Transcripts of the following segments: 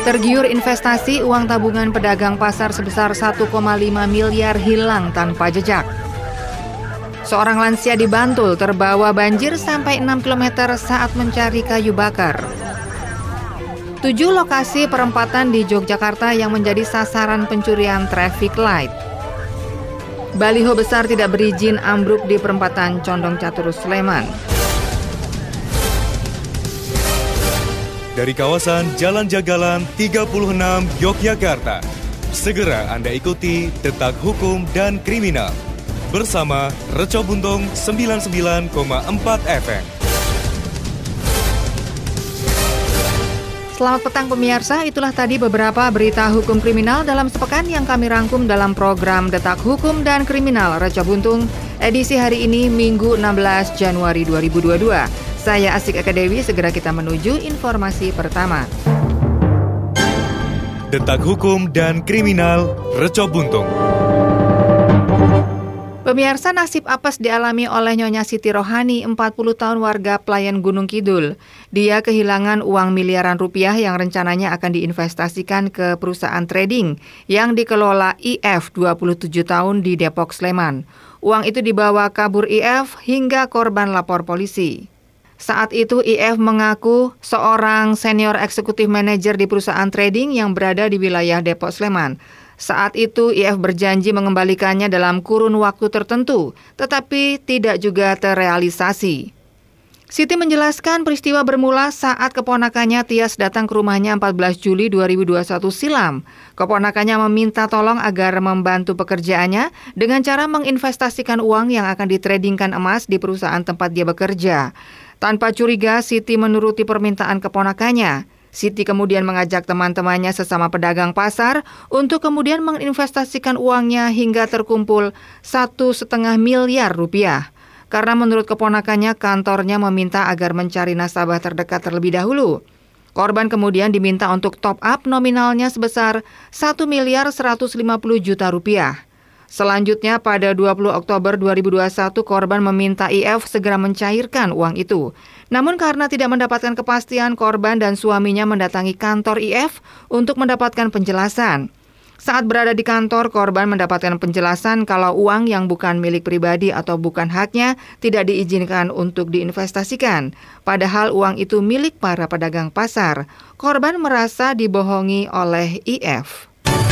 Tergiur investasi, uang tabungan pedagang pasar sebesar 1,5 miliar hilang tanpa jejak. Seorang lansia di Bantul terbawa banjir sampai 6 km saat mencari kayu bakar. 7 lokasi perempatan di Yogyakarta yang menjadi sasaran pencurian traffic light. Baliho besar tidak berizin ambruk di perempatan Condong Catur Sleman. Dari kawasan Jalan Jagalan 36 Yogyakarta, segera Anda ikuti Detak Hukum dan Kriminal bersama Reco Buntung 99,4 FM. Selamat petang pemirsa, itulah tadi beberapa berita hukum kriminal dalam sepekan yang kami rangkum dalam program Detak Hukum dan Kriminal Reco Buntung, edisi hari ini Minggu 16 Januari 2022. Saya Asik Eka Dewi, segera kita menuju informasi pertama. Detak Hukum dan Kriminal Reco Buntung. Pemirsa, nasib apes dialami oleh Nyonya Siti Rohani, 40 tahun warga Pelayan Gunung Kidul. Dia kehilangan uang miliaran rupiah yang rencananya akan diinvestasikan ke perusahaan trading yang dikelola IF 27 tahun di Depok, Sleman. Uang itu dibawa kabur IF hingga korban lapor polisi. Saat itu IF mengaku seorang senior eksekutif manajer di perusahaan trading yang berada di wilayah Depok, Sleman. Saat itu IF berjanji mengembalikannya dalam kurun waktu tertentu, tetapi tidak juga terrealisasi. Siti menjelaskan peristiwa bermula saat keponakannya Tias datang ke rumahnya 14 Juli 2021 silam. Keponakannya meminta tolong agar membantu pekerjaannya dengan cara menginvestasikan uang yang akan ditradingkan emas di perusahaan tempat dia bekerja. Tanpa curiga, Siti menuruti permintaan keponakannya. Siti kemudian mengajak teman-temannya sesama pedagang pasar untuk kemudian menginvestasikan uangnya hingga terkumpul 1,5 miliar rupiah. Karena menurut keponakannya, kantornya meminta agar mencari nasabah terdekat terlebih dahulu. Korban kemudian diminta untuk top up nominalnya sebesar 1 miliar 150 juta rupiah. Selanjutnya pada 20 Oktober 2021 korban meminta IF segera mencairkan uang itu. Namun karena tidak mendapatkan kepastian, korban dan suaminya mendatangi kantor IF untuk mendapatkan penjelasan. Saat berada di kantor, korban mendapatkan penjelasan kalau uang yang bukan milik pribadi atau bukan haknya tidak diizinkan untuk diinvestasikan. Padahal uang itu milik para pedagang pasar. Korban merasa dibohongi oleh IF.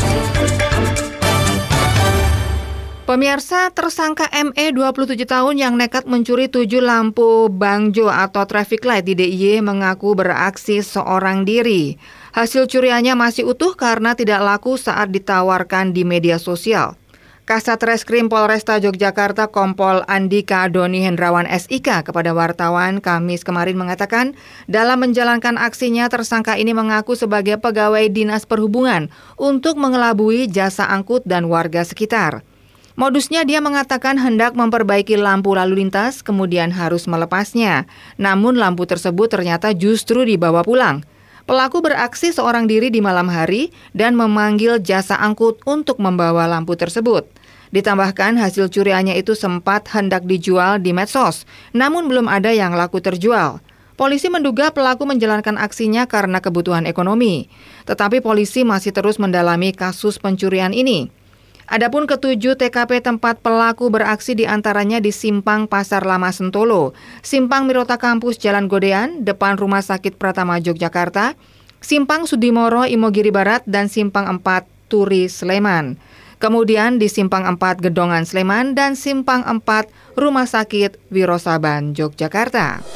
Pemirsa, tersangka ME 27 tahun yang nekat mencuri 7 lampu bangjo atau traffic light di DIY mengaku beraksi seorang diri. Hasil curiannya masih utuh karena tidak laku saat ditawarkan di media sosial. Kasat Reskrim Polresta Yogyakarta Kompol Andika Doni Hendrawan SIK kepada wartawan Kamis kemarin mengatakan, dalam menjalankan aksinya tersangka ini mengaku sebagai pegawai Dinas Perhubungan untuk mengelabui jasa angkut dan warga sekitar. Modusnya dia mengatakan hendak memperbaiki lampu lalu lintas, kemudian harus melepasnya. Namun lampu tersebut ternyata justru dibawa pulang. Pelaku beraksi seorang diri di malam hari dan memanggil jasa angkut untuk membawa lampu tersebut. Ditambahkan hasil curiannya itu sempat hendak dijual di medsos, namun belum ada yang laku terjual. Polisi menduga pelaku menjalankan aksinya karena kebutuhan ekonomi. Tetapi polisi masih terus mendalami kasus pencurian ini. Adapun ketujuh TKP tempat pelaku beraksi diantaranya di Simpang Pasar Lama Sentolo, Simpang Mirota Kampus Jalan Godean, depan Rumah Sakit Pratama Yogyakarta, Simpang Sudimoro Imogiri Barat, dan Simpang 4 Turi Sleman. Kemudian di Simpang 4 Gedongan Sleman dan Simpang 4 Rumah Sakit Wirosaban Yogyakarta.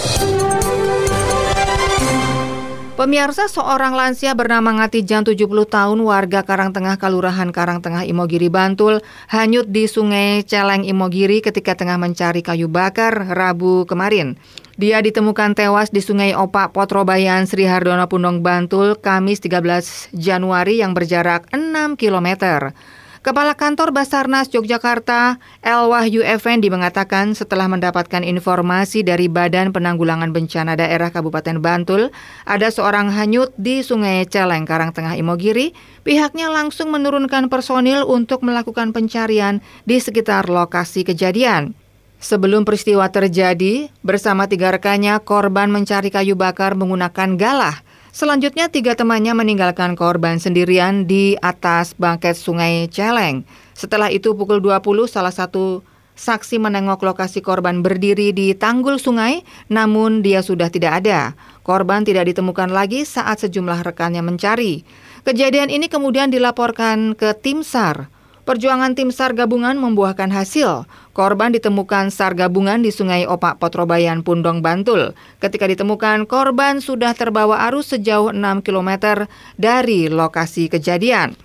Pemirsa, seorang lansia bernama Ngatijan 70 tahun warga Karangtengah Kelurahan Karangtengah Imogiri Bantul hanyut di Sungai Celeng Imogiri ketika tengah mencari kayu bakar Rabu kemarin. Dia ditemukan tewas di Sungai Opak Potrobayan Sri Hardono Pundong Bantul Kamis 13 Januari yang berjarak 6 km. Kepala Kantor Basarnas Yogyakarta, El Wahyu Effendi mengatakan setelah mendapatkan informasi dari Badan Penanggulangan Bencana Daerah Kabupaten Bantul, ada seorang hanyut di Sungai Celeng Karangtengah Imogiri, pihaknya langsung menurunkan personil untuk melakukan pencarian di sekitar lokasi kejadian. Sebelum peristiwa terjadi, bersama 3 rekannya, korban mencari kayu bakar menggunakan galah. Selanjutnya 3 temannya meninggalkan korban sendirian di atas bangket Sungai Celeng. Setelah itu pukul 20 salah satu saksi menengok lokasi korban berdiri di tanggul sungai, namun dia sudah tidak ada. Korban tidak ditemukan lagi saat sejumlah rekannya mencari. Kejadian ini kemudian dilaporkan ke tim SAR. Perjuangan tim SAR gabungan membuahkan hasil. Korban ditemukan SAR gabungan di Sungai Opak Potrobayan, Pundong, Bantul. Ketika ditemukan, korban sudah terbawa arus sejauh 6 km dari lokasi kejadian.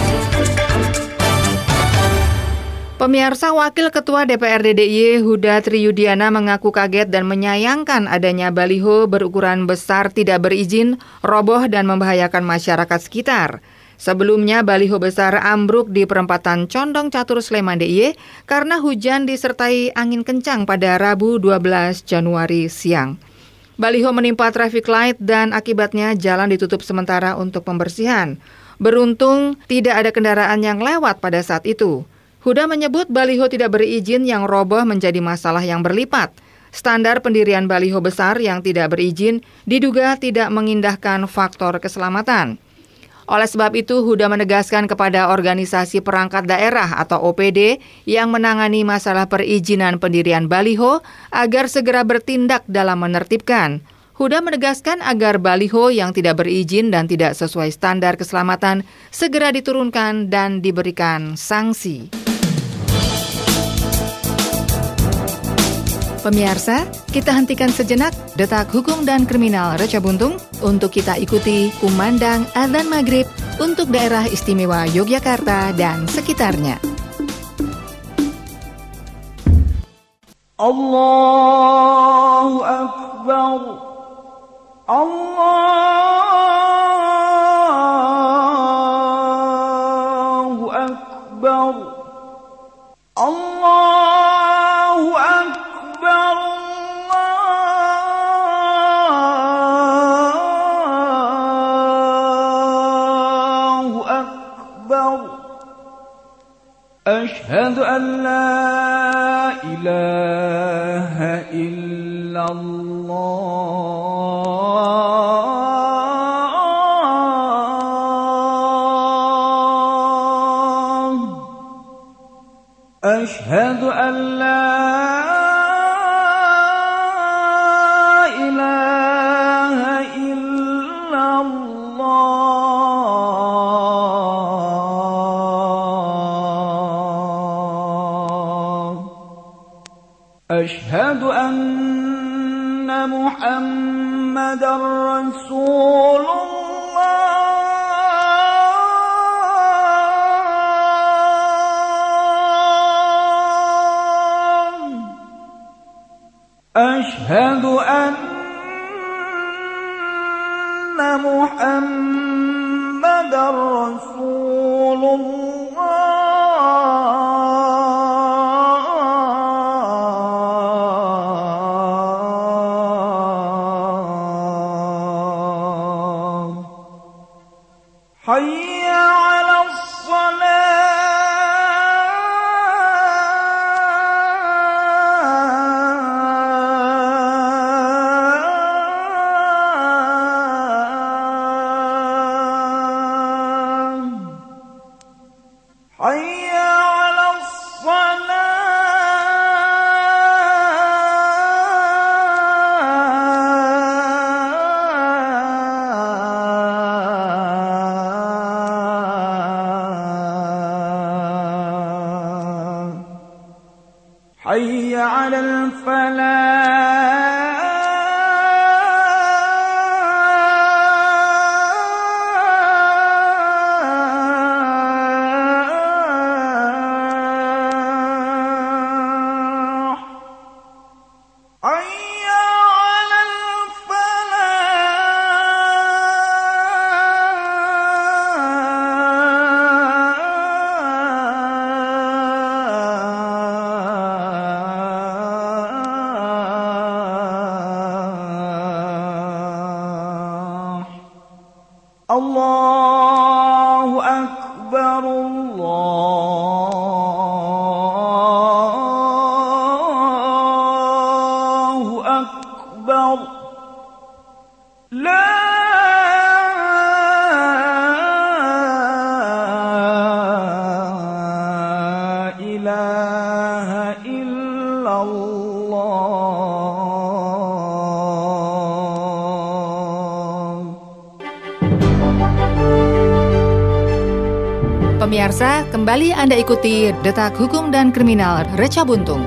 Pemirsa, Wakil Ketua DPRD DIY Huda Triyudiana mengaku kaget dan menyayangkan adanya baliho berukuran besar tidak berizin, roboh dan membahayakan masyarakat sekitar. Sebelumnya, baliho besar ambruk di perempatan Condong Catur Sleman DIY karena hujan disertai angin kencang pada Rabu 12 Januari siang. Baliho menimpa traffic light dan akibatnya jalan ditutup sementara untuk pembersihan. Beruntung tidak ada kendaraan yang lewat pada saat itu. Huda menyebut baliho tidak berizin yang roboh menjadi masalah yang berlipat. Standar pendirian baliho besar yang tidak berizin diduga tidak mengindahkan faktor keselamatan. Oleh sebab itu, Huda menegaskan kepada organisasi perangkat daerah atau OPD yang menangani masalah perizinan pendirian baliho agar segera bertindak dalam menertibkan. Huda menegaskan agar baliho yang tidak berizin dan tidak sesuai standar keselamatan segera diturunkan dan diberikan sanksi. Pemirsa, kita hentikan sejenak Detak Hukum dan Kriminal Reca Buntung untuk kita ikuti kumandang adzan maghrib untuk daerah istimewa Yogyakarta dan sekitarnya. Allahu Akbar, Allahu Akbar, Allahu Akbar. Ashhadu an la ilaha illallah. Ashhadu an la ilaha illallah. Ashhadu anna Muhammadar Rasulullah. Ashhadu anna Muhammadar Rasulullah. Hayya 'alas salah. Hayya 'alas salah. Hayya 'alal falah. Hayya 'alal falah. Allahu Akbar, Allahu Akbar. La Pemirsa, kembali Anda ikuti Detak Hukum dan Kriminal Reca Buntung.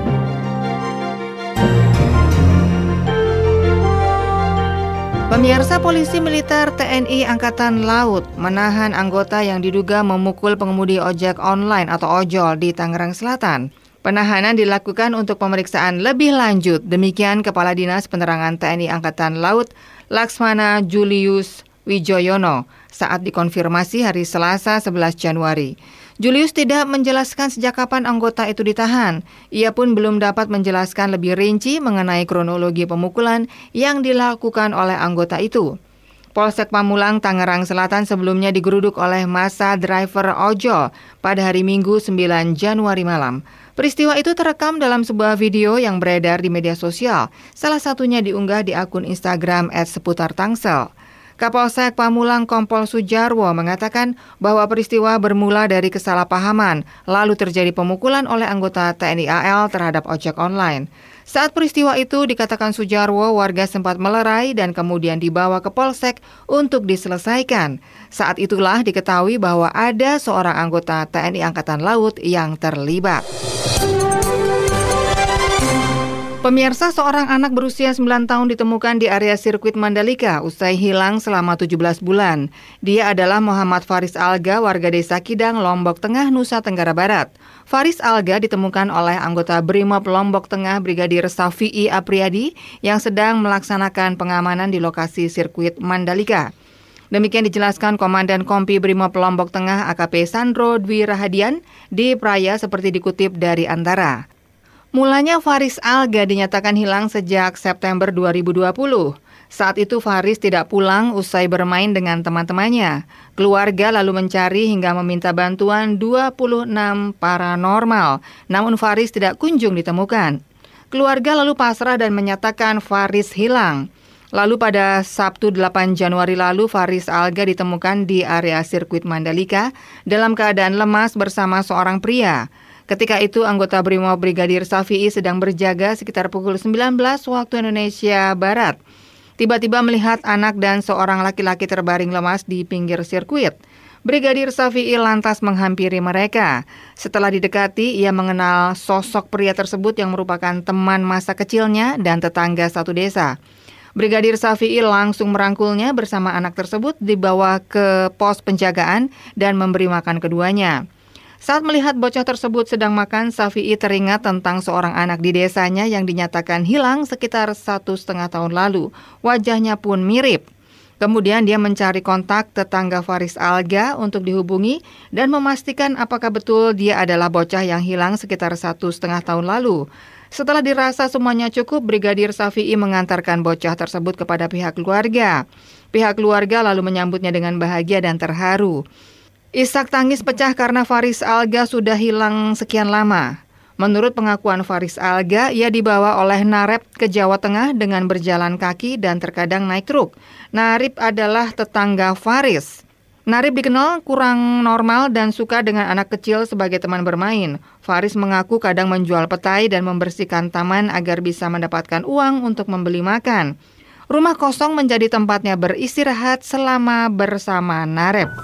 Pemirsa, polisi militer TNI Angkatan Laut menahan anggota yang diduga memukul pengemudi ojek online atau ojol di Tangerang Selatan. Penahanan dilakukan untuk pemeriksaan lebih lanjut. Demikian Kepala Dinas Penerangan TNI Angkatan Laut Laksmana Julius Wijoyono saat dikonfirmasi hari Selasa 11 Januari. Julius tidak menjelaskan sejak kapan anggota itu ditahan. Ia pun belum dapat menjelaskan lebih rinci mengenai kronologi pemukulan yang dilakukan oleh anggota itu. Polsek Pamulang, Tangerang Selatan sebelumnya digeruduk oleh massa driver ojol pada hari Minggu 9 Januari malam. Peristiwa itu terekam dalam sebuah video yang beredar di media sosial. Salah satunya diunggah di akun Instagram @seputartangsel. Kapolsek Pamulang Kompol Sujarwo mengatakan bahwa peristiwa bermula dari kesalahpahaman, lalu terjadi pemukulan oleh anggota TNI AL terhadap ojek online. Saat peristiwa itu, dikatakan Sujarwo, warga sempat melerai dan kemudian dibawa ke Polsek untuk diselesaikan. Saat itulah diketahui bahwa ada seorang anggota TNI Angkatan Laut yang terlibat. Pemirsa, seorang anak berusia 9 tahun ditemukan di area sirkuit Mandalika usai hilang selama 17 bulan. Dia adalah Muhammad Faris Alga, warga desa Kidang, Lombok Tengah, Nusa Tenggara Barat. Faris Alga ditemukan oleh anggota Brimob Lombok Tengah Brigadir Safi'i Apriyadi yang sedang melaksanakan pengamanan di lokasi sirkuit Mandalika. Demikian dijelaskan Komandan Kompi Brimob Lombok Tengah AKP Sandro Dwi Rahadian di Praya seperti dikutip dari Antara. Mulanya Faris Alga dinyatakan hilang sejak September 2020. Saat itu Faris tidak pulang usai bermain dengan teman-temannya. Keluarga lalu mencari hingga meminta bantuan 26 paranormal, namun Faris tidak kunjung ditemukan. Keluarga lalu pasrah dan menyatakan Faris hilang. Lalu pada Sabtu 8 Januari lalu, Faris Alga ditemukan di area sirkuit Mandalika dalam keadaan lemas bersama seorang pria. Ketika itu, anggota Brimob Brigadir Safi'i sedang berjaga sekitar pukul 19 waktu Indonesia Barat. Tiba-tiba melihat anak dan seorang laki-laki terbaring lemas di pinggir sirkuit. Brigadir Safi'i lantas menghampiri mereka. Setelah didekati, ia mengenal sosok pria tersebut yang merupakan teman masa kecilnya dan tetangga satu desa. Brigadir Safi'i langsung merangkulnya bersama anak tersebut, dibawa ke pos penjagaan dan memberi makan keduanya. Saat melihat bocah tersebut sedang makan, Safi'i teringat tentang seorang anak di desanya yang dinyatakan hilang sekitar 1,5 tahun lalu. Wajahnya pun mirip. Kemudian dia mencari kontak tetangga Faris Alga untuk dihubungi dan memastikan apakah betul dia adalah bocah yang hilang sekitar 1,5 tahun lalu. Setelah dirasa semuanya cukup, Brigadir Safi'i mengantarkan bocah tersebut kepada pihak keluarga. Pihak keluarga lalu menyambutnya dengan bahagia dan terharu. Isak tangis pecah karena Faris Alga sudah hilang sekian lama. Menurut pengakuan Faris Alga, ia dibawa oleh Narep ke Jawa Tengah dengan berjalan kaki dan terkadang naik truk. Narip adalah tetangga Faris. Narip dikenal kurang normal dan suka dengan anak kecil sebagai teman bermain. Faris mengaku kadang menjual petai dan membersihkan taman agar bisa mendapatkan uang untuk membeli makan. Rumah kosong menjadi tempatnya beristirahat selama bersama Narep.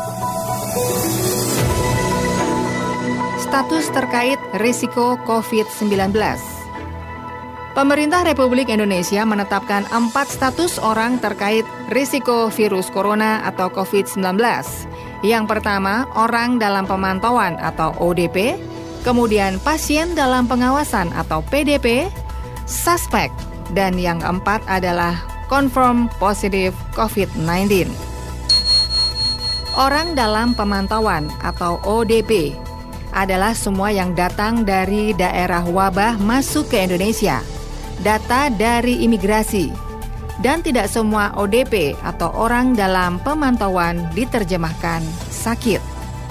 Status terkait risiko COVID-19. Pemerintah Republik Indonesia menetapkan 4 status orang terkait risiko virus corona atau COVID-19. Yang pertama, orang dalam pemantauan atau ODP, kemudian pasien dalam pengawasan atau PDP, suspek, dan yang keempat adalah confirm positif COVID-19. Orang dalam pemantauan atau ODP adalah semua yang datang dari daerah wabah masuk ke Indonesia, data dari imigrasi, dan tidak semua ODP atau orang dalam pemantauan diterjemahkan sakit.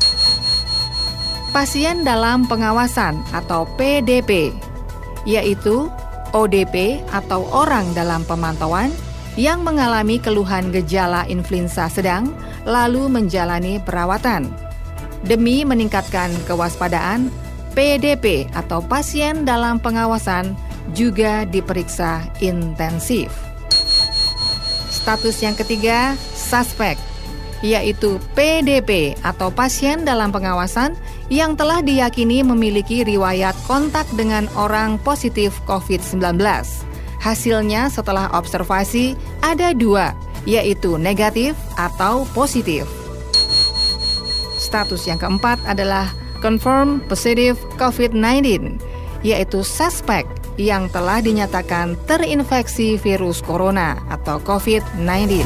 Pasien dalam pengawasan atau PDP, yaitu ODP atau orang dalam pemantauan yang mengalami keluhan gejala influenza sedang lalu menjalani perawatan. Demi meningkatkan kewaspadaan, PDP atau pasien dalam pengawasan juga diperiksa intensif. Status yang ketiga, suspek, yaitu PDP atau pasien dalam pengawasan yang telah diyakini memiliki riwayat kontak dengan orang positif COVID-19. Hasilnya setelah observasi ada 2, yaitu negatif atau positif. Status yang keempat adalah confirmed positive COVID-19, yaitu suspek yang telah dinyatakan terinfeksi virus corona atau COVID-19.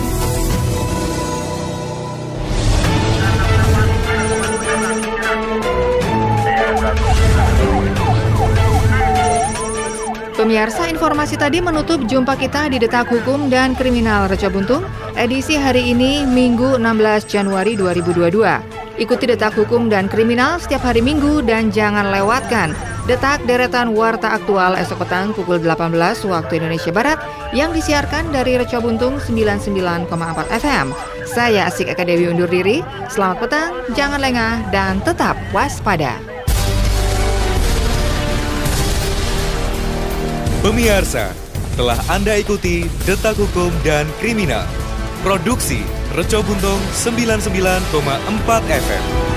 Pemirsa, informasi tadi menutup jumpa kita di Detak Hukum dan Kriminal Reca Buntung, edisi hari ini Minggu 16 Januari 2022. Ikuti Detak Hukum dan Kriminal setiap hari Minggu dan jangan lewatkan Detak deretan Warta Aktual esok petang pukul 18 waktu Indonesia Barat yang disiarkan dari Reca Buntung 99,4 FM. Saya Asik Eka Dewi undur diri. Selamat petang, jangan lengah, dan tetap waspada. Pemirsa, telah Anda ikuti Detak Hukum dan Kriminal. Produksi Reca Buntung 99,4 FM.